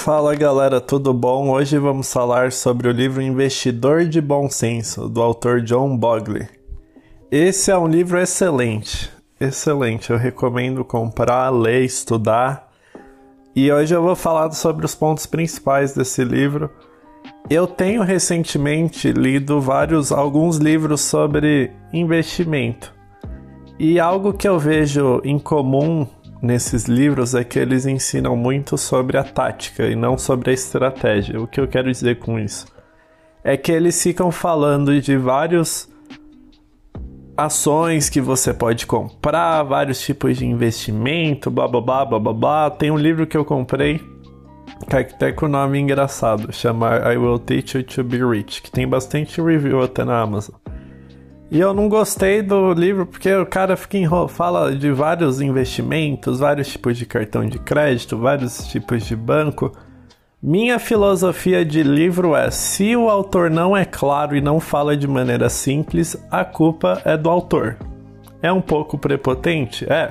Fala galera, tudo bom? Hoje vamos falar sobre o livro Investidor de Bom Senso, do autor John Bogle. Esse é um livro excelente, eu recomendo comprar, ler, estudar. E hoje eu vou falar sobre os pontos principais desse livro. Eu tenho recentemente lido alguns livros sobre investimento. E algo que eu vejo em comum nesses livros é que eles ensinam muito sobre a tática e não sobre a estratégia. O que eu quero dizer com isso? É que eles ficam falando de várias ações que você pode comprar, vários tipos de investimento, blá blá blá blá blá blá. Tem um livro que eu comprei que até com o nome engraçado, chama I Will Teach You to Be Rich, que tem bastante review até na Amazon. E eu não gostei do livro porque o cara fala de vários investimentos, vários tipos de cartão de crédito, vários tipos de banco. Minha filosofia de livro é: se o autor não é claro e não fala de maneira simples, a culpa é do autor. É um pouco prepotente? É.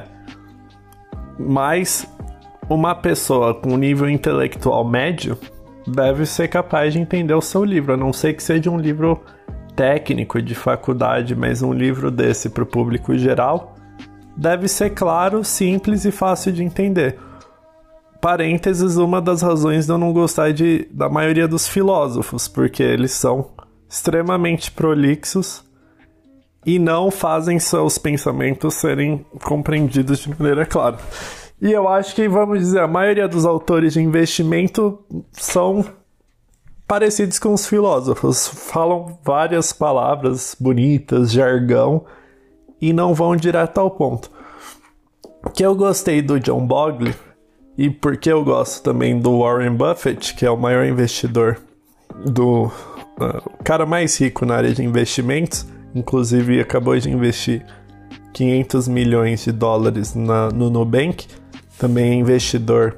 Mas uma pessoa com nível intelectual médio deve ser capaz de entender o seu livro, a não ser que seja um livro técnico de faculdade, mas um livro desse para o público geral deve ser claro, simples e fácil de entender. Parênteses, uma das razões de eu não gostar da maioria dos filósofos, porque eles são extremamente prolixos e não fazem seus pensamentos serem compreendidos de maneira clara. E eu acho que, vamos dizer, a maioria dos autores de investimento são parecidos com os filósofos, falam várias palavras bonitas, jargão, e não vão direto ao ponto. O que eu gostei do John Bogle, e porque eu gosto também do Warren Buffett, que é o maior investidor, o cara mais rico na área de investimentos, inclusive acabou de investir $500 milhões no Nubank, também é investidor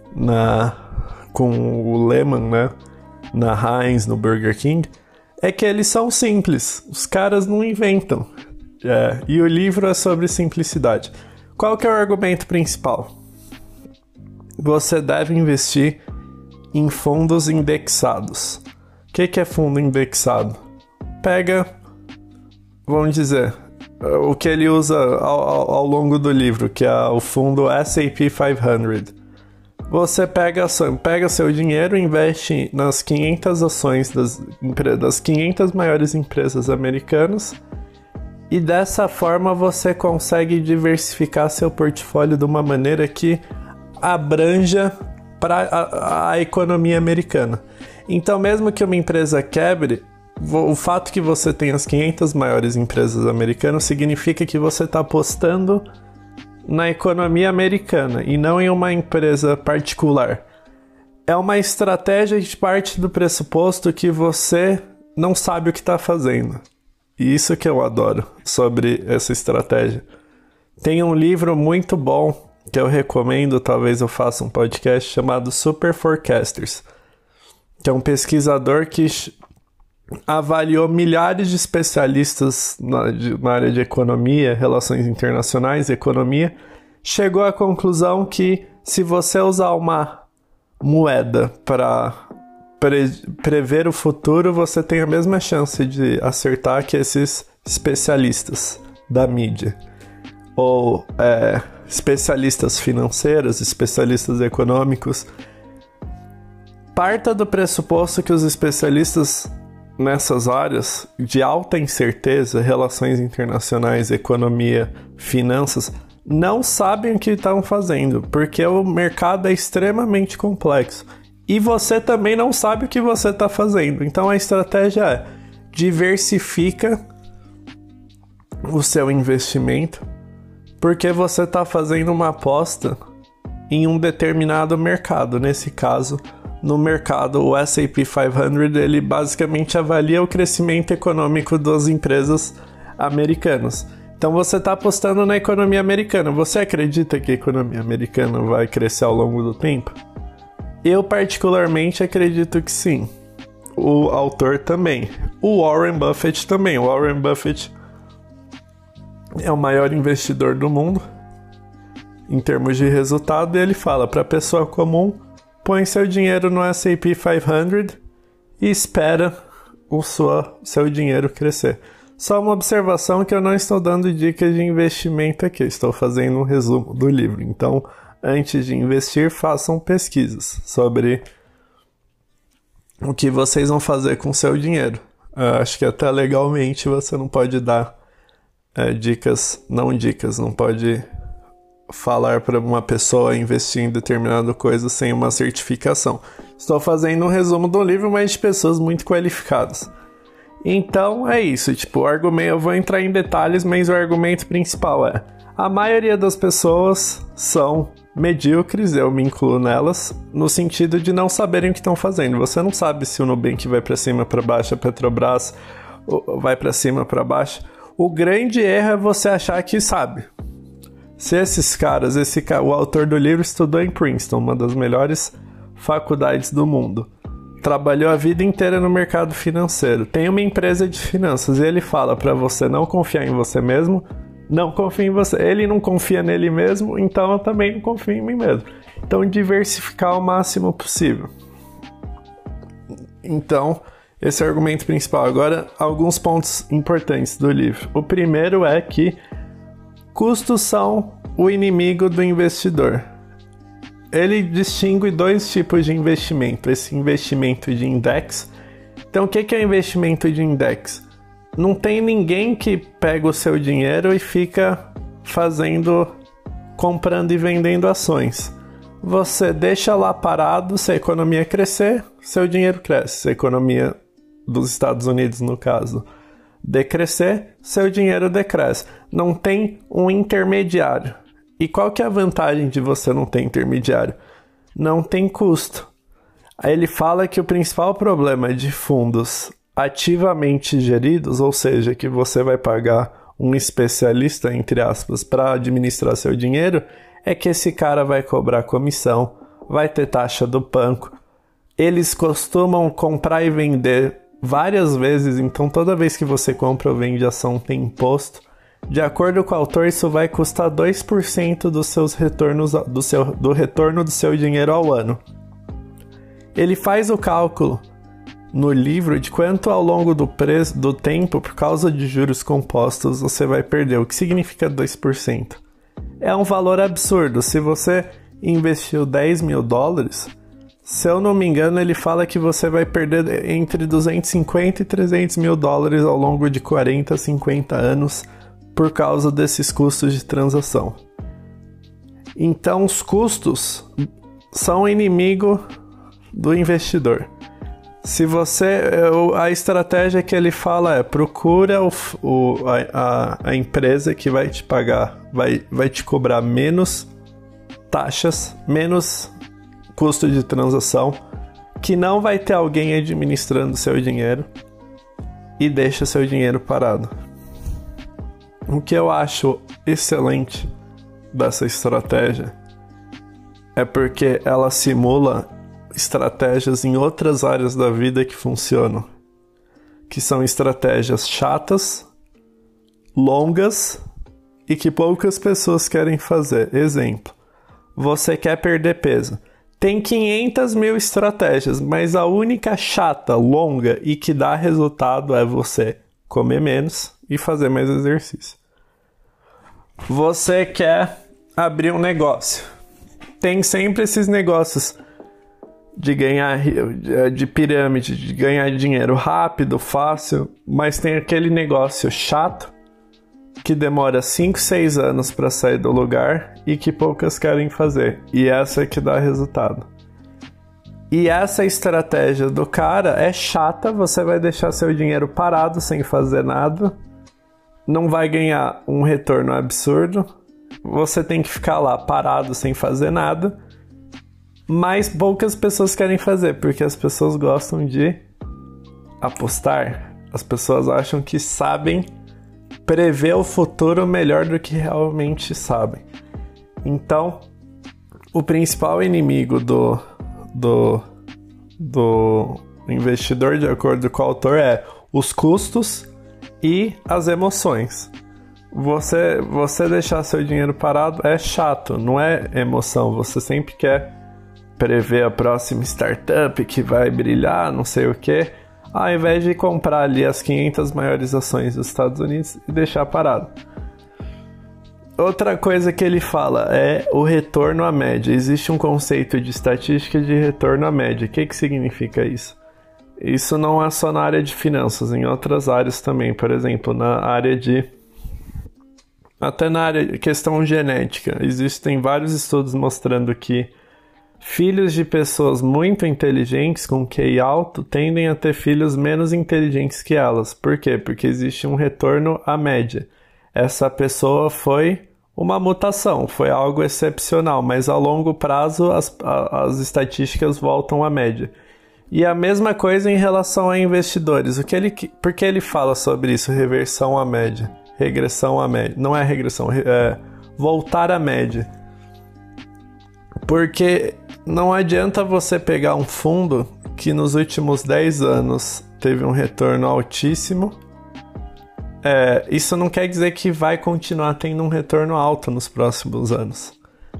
com o Lehman, né? Na Heinz, no Burger King, é que eles são simples, os caras não inventam. E o livro é sobre simplicidade. Qual que é o argumento principal? Você deve investir em fundos indexados. O que é fundo indexado? Pega, vamos dizer, o que ele usa ao longo do livro, que é o fundo S&P 500. Você pega seu dinheiro e investe nas 500 ações das 500 maiores empresas americanas, e dessa forma você consegue diversificar seu portfólio de uma maneira que abranja para a economia americana. Então, mesmo que uma empresa quebre, o fato que você tem as 500 maiores empresas americanas significa que você está apostando na economia americana e não em uma empresa particular. É uma estratégia que parte do pressuposto que você não sabe o que está fazendo. E isso que eu adoro sobre essa estratégia. Tem um livro muito bom que eu recomendo, talvez eu faça um podcast, chamado Super Forecasters, que é um pesquisador que avaliou milhares de especialistas na área de economia, relações internacionais, economia, chegou à conclusão que se você usar uma moeda para prever o futuro, você tem a mesma chance de acertar que esses especialistas da mídia, ou especialistas financeiros, especialistas econômicos. Parta do pressuposto que os especialistas nessas áreas de alta incerteza, relações internacionais, economia, finanças, não sabem o que estão fazendo, porque o mercado é extremamente complexo. E você também não sabe o que você está fazendo. Então a estratégia é: diversifica o seu investimento, porque você está fazendo uma aposta em um determinado mercado. Nesse caso, no mercado, o S&P 500, ele basicamente avalia o crescimento econômico das empresas americanas. Então você está apostando na economia americana. Você acredita que a economia americana vai crescer ao longo do tempo? Eu particularmente acredito que sim. O autor também. O Warren Buffett também. O Warren Buffett é o maior investidor do mundo em termos de resultado, e ele fala: para a pessoa comum, põe seu dinheiro no S&P 500 e espera seu dinheiro crescer. Só uma observação que eu não estou dando dicas de investimento aqui, estou fazendo um resumo do livro. Então, antes de investir, façam pesquisas sobre o que vocês vão fazer com seu dinheiro. Acho que até legalmente você não pode dar não pode falar para uma pessoa investir em determinada coisa sem uma certificação. Estou fazendo um resumo do livro, mas de pessoas muito qualificadas. Então é isso, o argumento, eu vou entrar em detalhes, mas o argumento principal é: a maioria das pessoas são medíocres, eu me incluo nelas, no sentido de não saberem o que estão fazendo. Você não sabe se o Nubank vai para cima, para baixo, a Petrobras vai para cima, para baixo. O grande erro é você achar que sabe. Se esses caras, o autor do livro estudou em Princeton, uma das melhores faculdades do mundo. Trabalhou a vida inteira no mercado financeiro. Tem uma empresa de finanças e ele fala para você não confiar em você mesmo, não confia em você. Ele não confia nele mesmo, então eu também não confio em mim mesmo. Então, diversificar o máximo possível. Então, esse é o argumento principal. Agora, alguns pontos importantes do livro. O primeiro é que custos são o inimigo do investidor. Ele distingue dois tipos de investimento. Esse investimento de index. Então, o que é investimento de index? Não tem ninguém que pega o seu dinheiro e fica comprando e vendendo ações. Você deixa lá parado, se a economia crescer, seu dinheiro cresce. Se a economia dos Estados Unidos, no caso, decrescer, seu dinheiro decresce. Não tem um intermediário. E qual que é a vantagem de você não ter intermediário? Não tem custo. Aí ele fala que o principal problema de fundos ativamente geridos, ou seja, que você vai pagar um especialista, entre aspas, para administrar seu dinheiro, é que esse cara vai cobrar comissão, vai ter taxa do banco. Eles costumam comprar e vender várias vezes, então toda vez que você compra ou vende ação tem imposto. De acordo com o autor, isso vai custar 2% dos seus retornos, do retorno do seu dinheiro ao ano. Ele faz o cálculo no livro de quanto ao longo do tempo, por causa de juros compostos, você vai perder. O que significa 2%? É um valor absurdo. Se você investiu $10 mil, se eu não me engano, ele fala que você vai perder entre 250 e 300 mil dólares ao longo de 40, 50 anos por causa desses custos de transação. Então, os custos são inimigo do investidor. Se a estratégia que ele fala é: procura a empresa que vai te pagar, vai te cobrar menos taxas, menos custo de transação, que não vai ter alguém administrando seu dinheiro, e deixa seu dinheiro parado. O que eu acho excelente dessa estratégia é porque ela simula estratégias em outras áreas da vida que funcionam, que são estratégias chatas, longas e que poucas pessoas querem fazer. Exemplo: você quer perder peso. Tem 500 mil estratégias, mas a única chata, longa e que dá resultado é você comer menos e fazer mais exercício. Você quer abrir um negócio. Tem sempre esses negócios de pirâmide, de ganhar dinheiro rápido, fácil, mas tem aquele negócio chato que demora 5, 6 anos para sair do lugar e que poucas querem fazer. E essa é que dá resultado. E essa estratégia do cara é chata, você vai deixar seu dinheiro parado sem fazer nada, não vai ganhar um retorno absurdo, você tem que ficar lá parado sem fazer nada, mas poucas pessoas querem fazer, porque as pessoas gostam de apostar. As pessoas acham que sabem prever o futuro melhor do que realmente sabem. Então, o principal inimigo do investidor, de acordo com o autor, é os custos e as emoções. Você deixar seu dinheiro parado é chato, não é emoção. Você sempre quer prever a próxima startup que vai brilhar, não sei o que, ao invés de comprar ali as 500 maiores ações dos Estados Unidos e deixar parado. Outra coisa que ele fala é o retorno à média. Existe um conceito de estatística de retorno à média. O que significa isso? Isso não é só na área de finanças, em outras áreas também. Por exemplo, na área de... até na área de questão genética. Existem vários estudos mostrando que filhos de pessoas muito inteligentes, com QI alto, tendem a ter filhos menos inteligentes que elas. Por quê? Porque existe um retorno à média. Essa pessoa foi uma mutação, foi algo excepcional, mas a longo prazo as estatísticas voltam à média. E a mesma coisa em relação a investidores. Por que ele fala sobre isso? Reversão à média, regressão à média. Não é regressão, é voltar à média. Porque não adianta você pegar um fundo que nos últimos 10 anos teve um retorno altíssimo. Isso não quer dizer que vai continuar tendo um retorno alto nos próximos anos.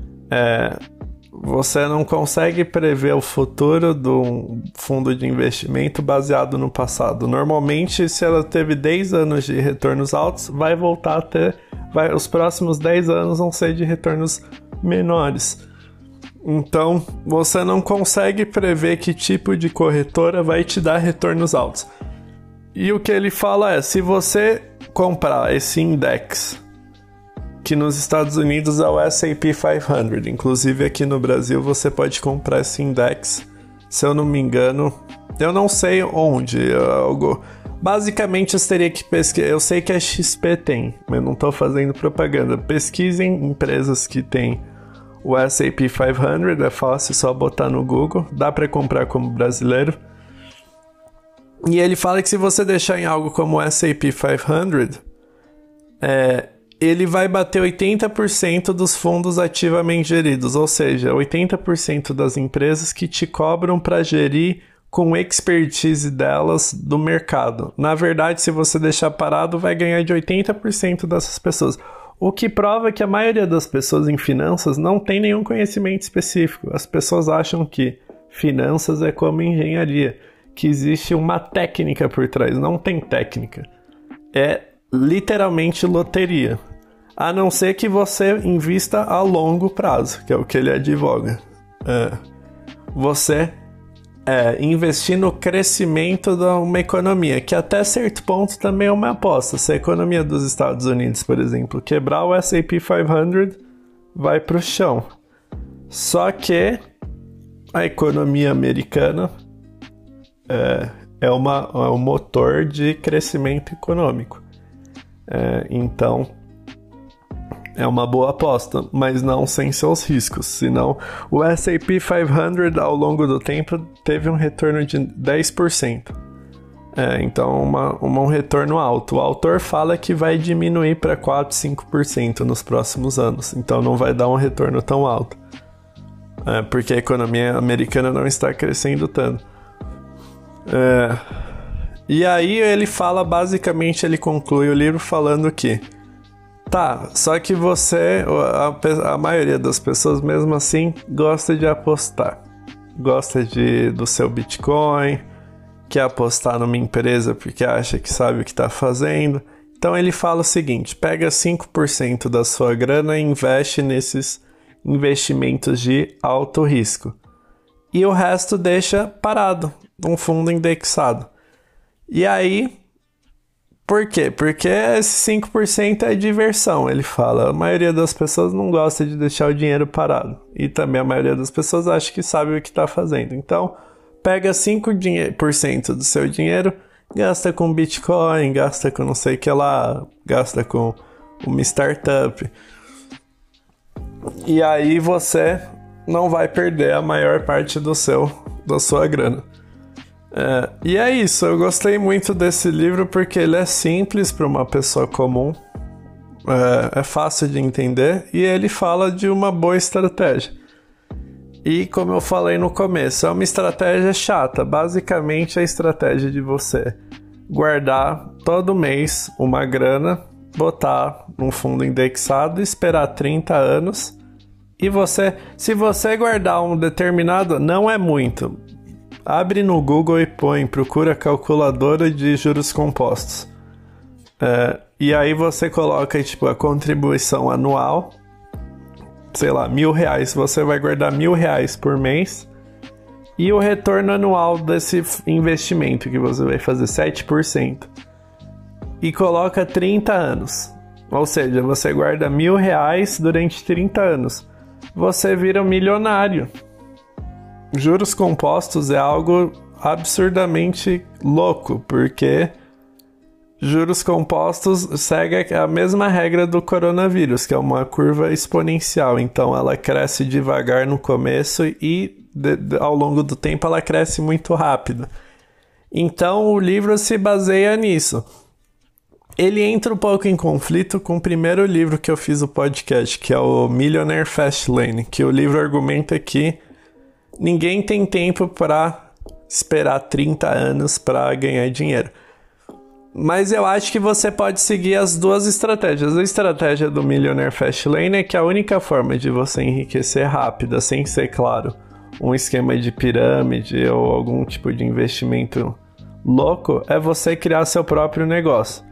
Você não consegue prever o futuro de um fundo de investimento baseado no passado. Normalmente, se ela teve 10 anos de retornos altos, vai voltar a ter... os próximos 10 anos vão ser de retornos menores. Então, você não consegue prever que tipo de corretora vai te dar retornos altos. E o que ele fala é, se você comprar esse index, que nos Estados Unidos é o S&P 500, inclusive aqui no Brasil você pode comprar esse index, se eu não me engano, eu não sei onde, basicamente eu teria que pesquisar, eu sei que a XP tem, mas não estou fazendo propaganda, pesquisem empresas que tem o S&P 500, é fácil, só botar no Google, dá para comprar como brasileiro. E ele fala que se você deixar em algo como o S&P 500, ele vai bater 80% dos fundos ativamente geridos, ou seja, 80% das empresas que te cobram para gerir com expertise delas do mercado. Na verdade, se você deixar parado, vai ganhar de 80% dessas pessoas. O que prova que a maioria das pessoas em finanças não tem nenhum conhecimento específico. As pessoas acham que finanças é como engenharia, que existe uma técnica por trás. Não tem técnica. É literalmente loteria. A não ser que você invista a longo prazo, que é o que ele advoga. Você investir no crescimento de uma economia, que até certo ponto também é uma aposta. Se a economia dos Estados Unidos, por exemplo, quebrar, o S&P 500 vai para o chão. Só que a economia americana é um motor de crescimento econômico. Então, é uma boa aposta, mas não sem seus riscos. Senão, o S&P 500 ao longo do tempo teve um retorno de 10%. Então, um retorno alto. O autor fala que vai diminuir para 4, 5% nos próximos anos. Então, não vai dar um retorno tão alto. Porque a economia americana não está crescendo tanto. E aí ele fala, basicamente, ele conclui o livro falando que só que a maioria das pessoas mesmo assim gosta de apostar. Gosta do seu Bitcoin, quer apostar numa empresa porque acha que sabe o que está fazendo. Então ele fala o seguinte, pega 5% da sua grana e investe nesses investimentos de alto risco. E o resto deixa parado, num fundo indexado. E aí, por quê? Porque esse 5% é diversão, ele fala. A maioria das pessoas não gosta de deixar o dinheiro parado. E também a maioria das pessoas acha que sabe o que está fazendo. Então, pega 5% do seu dinheiro, gasta com Bitcoin, gasta com não sei o que lá, gasta com uma startup. E aí você não vai perder a maior parte da sua grana. E é isso, eu gostei muito desse livro porque ele é simples para uma pessoa comum, é fácil de entender e ele fala de uma boa estratégia. E como eu falei no começo, é uma estratégia chata. Basicamente a estratégia de você guardar todo mês uma grana, botar num fundo indexado, esperar 30 anos E se você guardar um determinado, não é muito. Abre no Google e procura calculadora de juros compostos. E aí você coloca tipo a contribuição anual, sei lá, R$1.000. Você vai guardar R$1.000 por mês. E o retorno anual desse investimento que você vai fazer 7%. E coloca 30 anos. Ou seja, você guarda R$1.000 durante 30 anos. Você vira um milionário. Juros compostos é algo absurdamente louco, porque juros compostos segue a mesma regra do coronavírus, que é uma curva exponencial. Então ela cresce devagar no começo e ao longo do tempo ela cresce muito rápido. Então o livro se baseia nisso. Ele entra um pouco em conflito com o primeiro livro que eu fiz o podcast, que é o Millionaire Fastlane, que o livro argumenta que ninguém tem tempo para esperar 30 anos para ganhar dinheiro. Mas eu acho que você pode seguir as duas estratégias. A estratégia do Millionaire Fastlane é que a única forma de você enriquecer rápida, sem ser, claro, um esquema de pirâmide ou algum tipo de investimento louco, é você criar seu próprio negócio.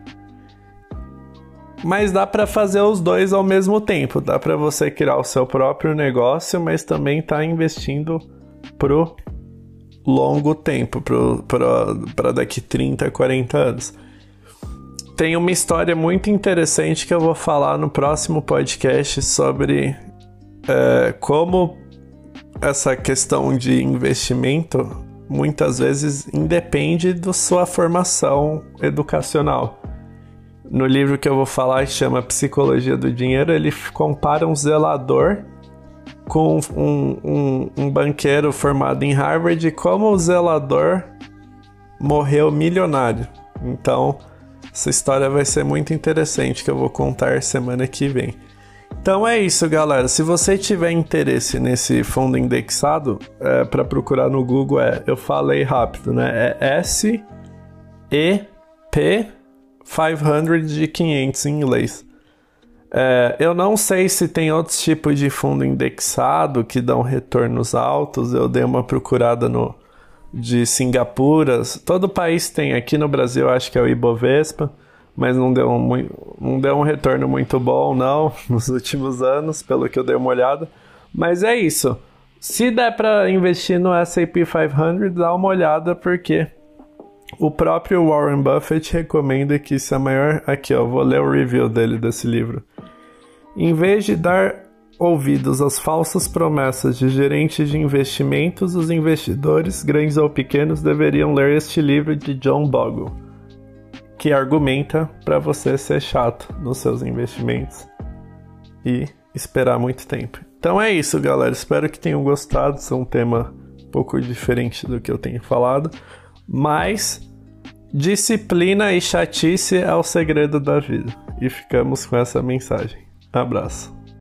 Mas dá para fazer os dois ao mesmo tempo. Dá para você criar o seu próprio negócio, mas também tá investindo pro longo tempo, para daqui 30, 40 anos. Tem uma história muito interessante que eu vou falar no próximo podcast sobre como essa questão de investimento muitas vezes independe da sua formação educacional. No livro que eu vou falar, que chama Psicologia do Dinheiro, ele compara um zelador com um banqueiro formado em Harvard e como o zelador morreu milionário. Então, essa história vai ser muito interessante, que eu vou contar semana que vem. Então é isso, galera. Se você tiver interesse nesse fundo indexado, para procurar no Google eu falei rápido, né? É SEP 500 de 500 em inglês. Eu não sei se tem outros tipos de fundo indexado que dão retornos altos. Eu dei uma procurada de Singapura. Todo país tem. Aqui no Brasil acho que é o Ibovespa, mas não deu um retorno muito bom não nos últimos anos, pelo que eu dei uma olhada. Mas é isso. Se der para investir no S&P 500, dá uma olhada, porque o próprio Warren Buffett recomenda que isso é maior... Aqui, ó, vou ler o review desse livro. Em vez de dar ouvidos às falsas promessas de gerentes de investimentos, os investidores, grandes ou pequenos, deveriam ler este livro de John Bogle, que argumenta para você ser chato nos seus investimentos e esperar muito tempo. Então é isso, galera. Espero que tenham gostado. Isso é um tema um pouco diferente do que eu tenho falado. Mas disciplina e chatice é o segredo da vida. E ficamos com essa mensagem. Abraço.